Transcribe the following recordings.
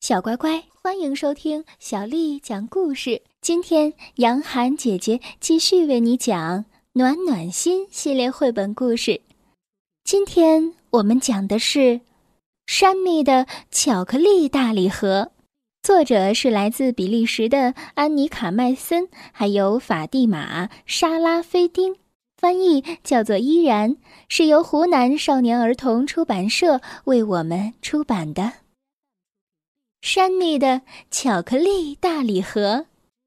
小乖乖，欢迎收听小丽讲故事。今天杨涵姐姐继续为你讲暖暖心系列绘本故事。今天我们讲的是山蜜的巧克力大礼盒，作者是来自比利时的安妮卡麦森，还有法蒂玛莎拉菲丁，翻译叫做依然，是由湖南少年儿童出版社为我们出版的。山蜜的巧克力大礼盒。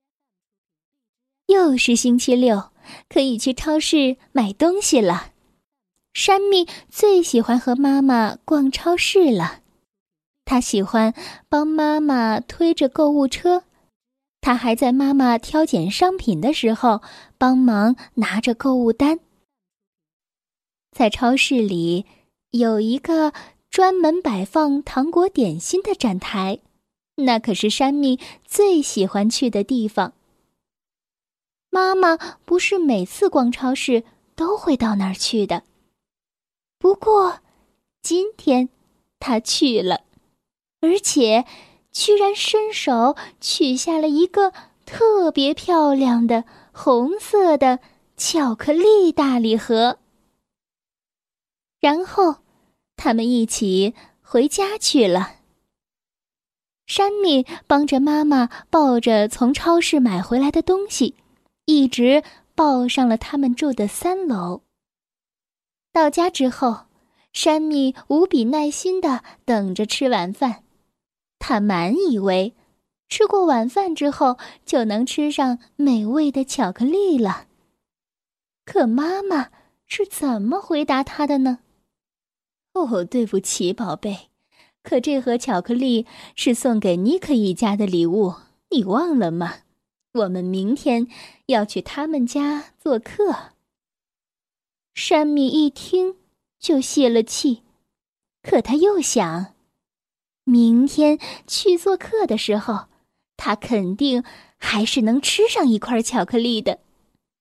又是星期六，可以去超市买东西了。山蜜最喜欢和妈妈逛超市了。她喜欢帮妈妈推着购物车，她还在妈妈挑拣商品的时候帮忙拿着购物单。在超市里有一个专门摆放糖果点心的展台，那可是山蜜最喜欢去的地方。妈妈不是每次逛超市都会到那儿去的，不过今天她去了，而且居然伸手取下了一个特别漂亮的红色的巧克力大礼盒。然后他们一起回家去了。山蜜帮着妈妈抱着从超市买回来的东西，一直抱上了他们住的3楼。到家之后，山蜜无比耐心地等着吃晚饭。他满以为吃过晚饭之后就能吃上美味的巧克力了。可妈妈是怎么回答他的呢？哦，对不起，宝贝，可这盒巧克力是送给尼克一家的礼物，你忘了吗？我们明天要去他们家做客。山蜜一听就泄了气，可他又想，明天去做客的时候，他肯定还是能吃上一块巧克力的。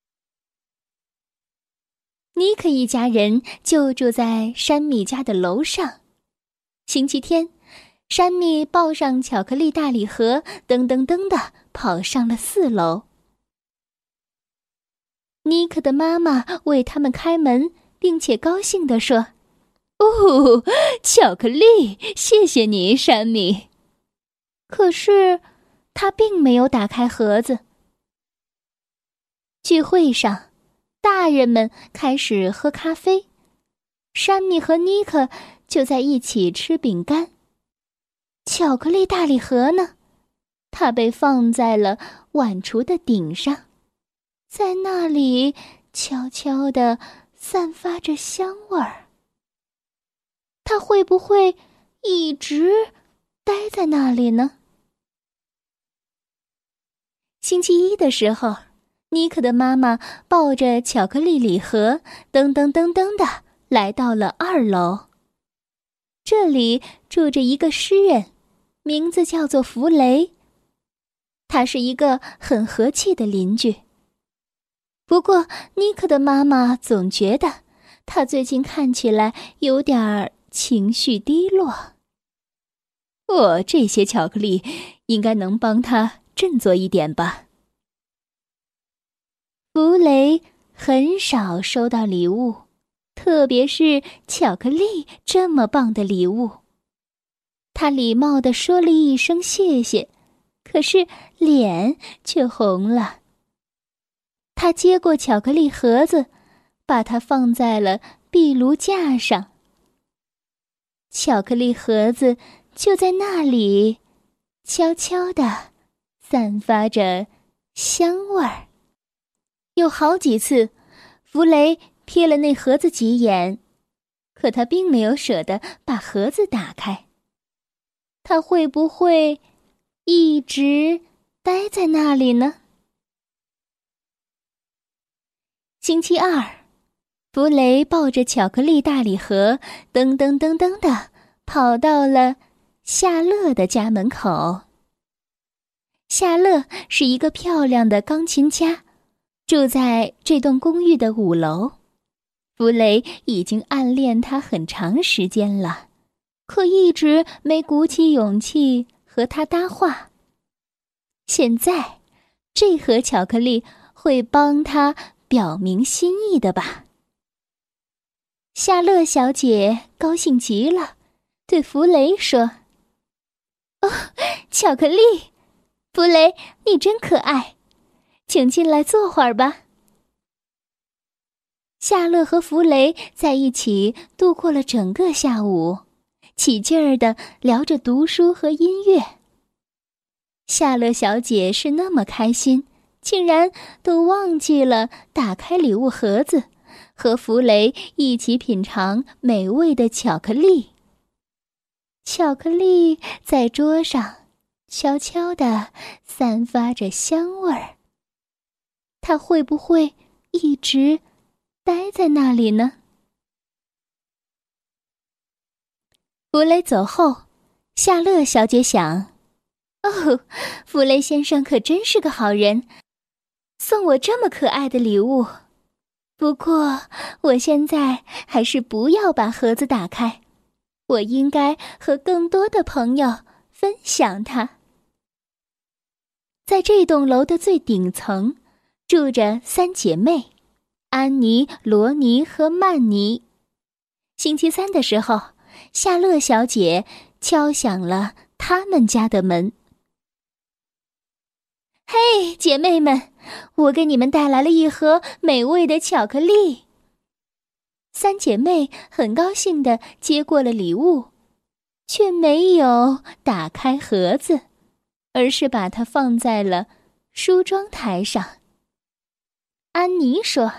尼克一家人就住在山蜜家的楼上。星期天，山蜜抱上巧克力大礼盒，噔噔噔地跑上了4楼。尼克的妈妈为他们开门，并且高兴地说：“哦，巧克力，谢谢你，山蜜。”可是他并没有打开盒子。聚会上，大人们开始喝咖啡，山蜜和尼克就在一起吃饼干。巧克力大礼盒呢？它被放在了碗橱的顶上，在那里悄悄地散发着香味儿。它会不会一直待在那里呢？星期一的时候，尼克的妈妈抱着巧克力礼盒，噔噔噔噔地来到了2楼。这里住着一个诗人，名字叫做弗雷。他是一个很和气的邻居。不过尼克的妈妈总觉得他最近看起来有点情绪低落。这些巧克力应该能帮他振作一点吧。弗雷很少收到礼物，特别是巧克力这么棒的礼物。他礼貌地说了一声谢谢，可是脸却红了。他接过巧克力盒子，把它放在了壁炉架上。巧克力盒子就在那里，悄悄地散发着香味儿。有好几次，弗雷瞥了那盒子几眼，可他并没有舍得把盒子打开。他会不会一直待在那里呢？星期二，弗雷抱着巧克力大礼盒，噔噔噔噔地跑到了夏乐的家门口。夏乐是一个漂亮的钢琴家，住在这栋公寓的5楼。弗雷已经暗恋她很长时间了，可一直没鼓起勇气和和他搭话。现在，这盒巧克力会帮他表明心意的吧？夏乐小姐高兴极了，对弗雷说：“哦，巧克力！弗雷，你真可爱，请进来坐会儿吧。”夏乐和弗雷在一起度过了整个下午，起劲儿地聊着读书和音乐。夏乐小姐是那么开心，竟然都忘记了打开礼物盒子，和弗雷一起品尝美味的巧克力。巧克力在桌上悄悄地散发着香味儿，它会不会一直待在那里呢？弗雷走后，夏乐小姐想：哦，弗雷先生可真是个好人，送我这么可爱的礼物。不过，我现在还是不要把盒子打开，我应该和更多的朋友分享它。在这栋楼的最顶层，住着3姐妹，安妮、罗尼和曼妮。星期三的时候，夏乐小姐敲响了她们家的门。嘿，姐妹们，我给你们带来了一盒美味的巧克力。3姐妹很高兴地接过了礼物，却没有打开盒子，而是把它放在了梳妆台上。安妮说：“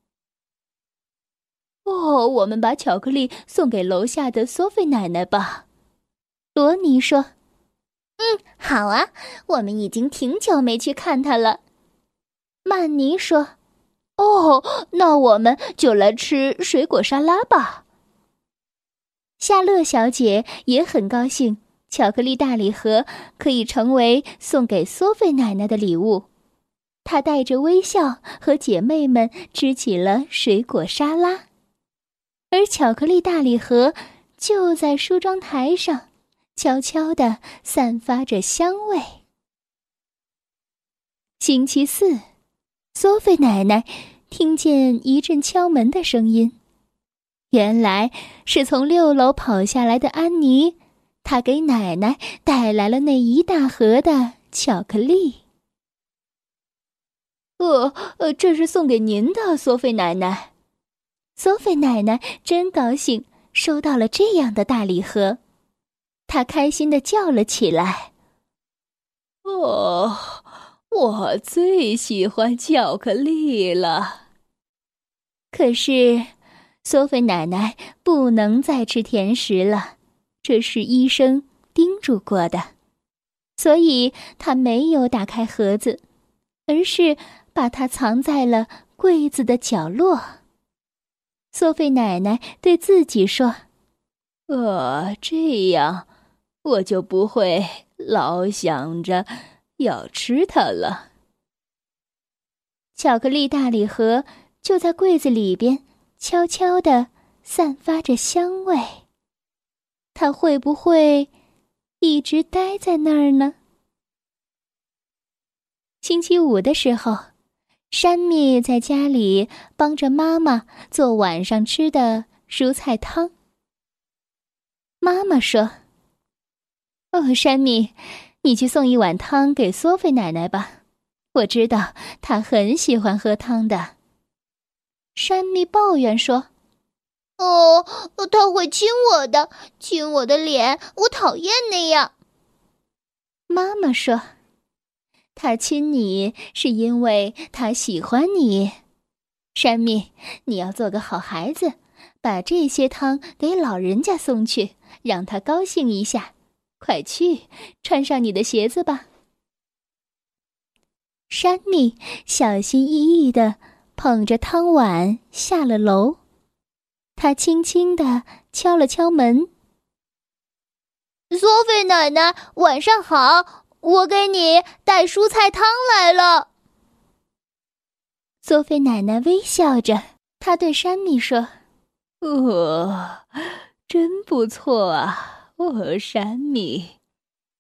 哦，我们把巧克力送给楼下的索菲奶奶吧。”罗尼说：“好啊，我们已经挺久没去看她了。”曼妮说：“哦，那我们就来吃水果沙拉吧。”夏乐小姐也很高兴，巧克力大礼盒可以成为送给索菲奶奶的礼物。她带着微笑和姐妹们吃起了水果沙拉，而巧克力大礼盒就在梳妆台上，悄悄地散发着香味。星期四，索菲奶奶听见一阵敲门的声音，原来是从6楼跑下来的安妮，她给奶奶带来了那一大盒的巧克力。这是送给您的，索菲奶奶。索菲奶奶真高兴收到了这样的大礼盒，她开心地叫了起来：“哦，我最喜欢巧克力了。”可是，索菲奶奶不能再吃甜食了，这是医生叮嘱过的，所以她没有打开盒子，而是把它藏在了柜子的角落。索菲奶奶对自己说：“这样我就不会老想着要吃它了。”巧克力大礼盒就在柜子里边，悄悄地散发着香味。它会不会一直待在那儿呢？星期五的时候，山蜜在家里帮着妈妈做晚上吃的蔬菜汤。妈妈说：“山蜜，你去送一碗汤给索菲奶奶吧，我知道她很喜欢喝汤的。”山蜜抱怨说：“她会亲我的，亲我的脸，我讨厌那样。”妈妈说：“他亲你是因为他喜欢你。山蜜，你要做个好孩子，把这些汤给老人家送去，让他高兴一下。快去，穿上你的鞋子吧。”山蜜小心翼翼地捧着汤碗下了楼，他轻轻地敲了敲门：“索菲奶奶，晚上好。我给你带蔬菜汤来了。”索菲奶奶微笑着，她对山蜜说：“真不错啊，山蜜。”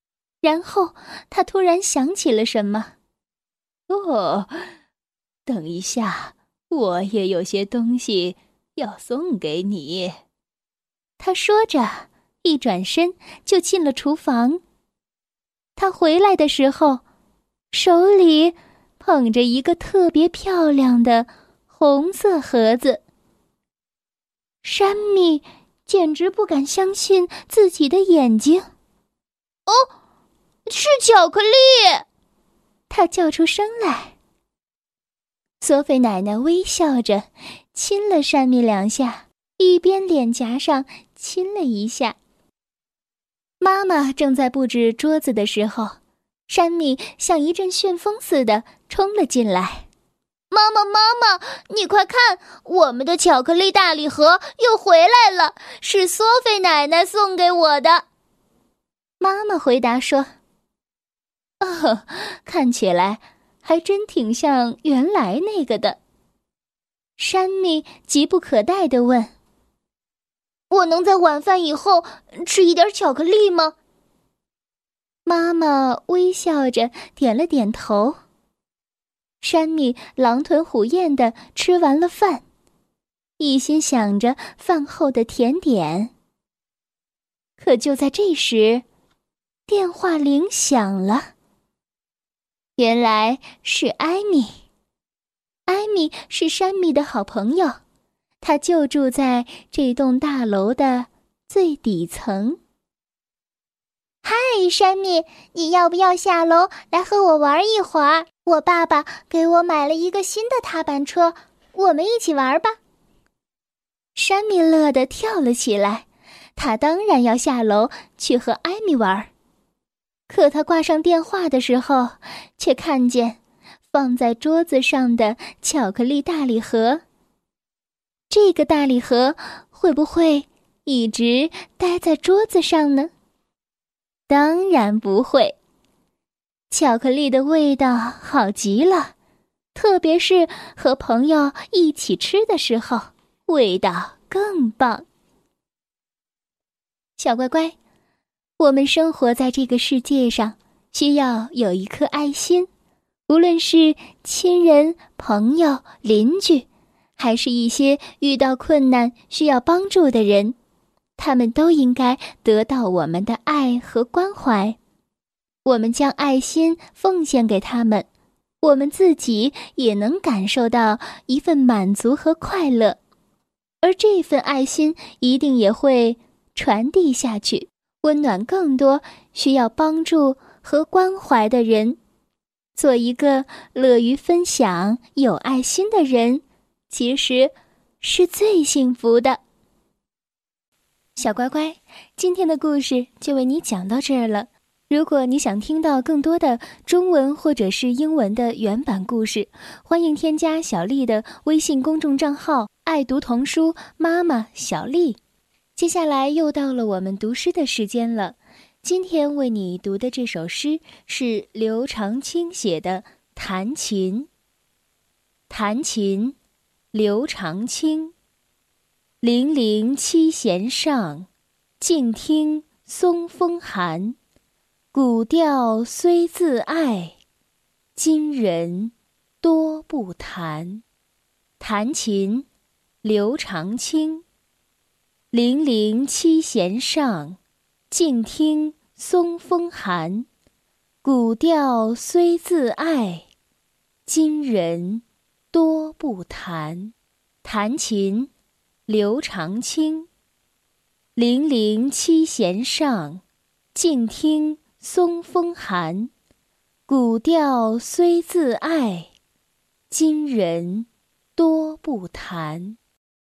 然后他突然想起了什么。 哦，等一下，我也有些东西要送给你。 他说着，一转身就进了厨房。他回来的时候，手里捧着一个特别漂亮的红色盒子。山米简直不敢相信自己的眼睛。哦，是巧克力！他叫出声来。索菲奶奶微笑着亲了山米2下，一边脸颊上亲了一下。妈妈正在布置桌子的时候，山米像一阵旋风似的冲了进来。妈妈，你快看，我们的巧克力大礼盒又回来了，是索菲奶奶送给我的。妈妈回答说：哦，看起来还真挺像原来那个的。山米急不可待地问：我能在晚饭以后吃一点巧克力吗？妈妈微笑着点了点头。山米狼吞虎咽地吃完了饭，一心想着饭后的甜点。可就在这时，电话铃响了。原来是艾米。艾米是山米的好朋友，她就住在这栋大楼的最底层。嗨，山米，你要不要下楼来和我玩一会儿？我爸爸给我买了一个新的踏板车，我们一起玩吧。山米乐得跳了起来，他当然要下楼去和艾米玩。可他挂上电话的时候，却看见放在桌子上的巧克力大礼盒。这个大礼盒会不会一直待在桌子上呢？当然不会。巧克力的味道好极了，特别是和朋友一起吃的时候，味道更棒。小乖乖，我们生活在这个世界上，需要有一颗爱心，无论是亲人、朋友、邻居，还是一些遇到困难需要帮助的人，他们都应该得到我们的爱和关怀。我们将爱心奉献给他们，我们自己也能感受到一份满足和快乐，而这份爱心一定也会传递下去，温暖更多需要帮助和关怀的人。做一个乐于分享、有爱心的人，其实是最幸福的。小乖乖，今天的故事就为你讲到这儿了。如果你想听到更多的中文或者是英文的原版故事，欢迎添加小丽的微信公众账号“爱读童书妈妈小丽”。接下来又到了我们读诗的时间了。今天为你读的这首诗是刘长卿写的《弹琴》。弹琴，刘长卿。零零七弦上，静听松风寒。古调虽自爱，今人多不弹。弹琴，刘长卿。零零七弦上，静听松风寒。古调虽自爱，今人多不弹。弹琴，刘长卿。零零七弦上，静听松风寒。古调虽自爱，今人多不弹。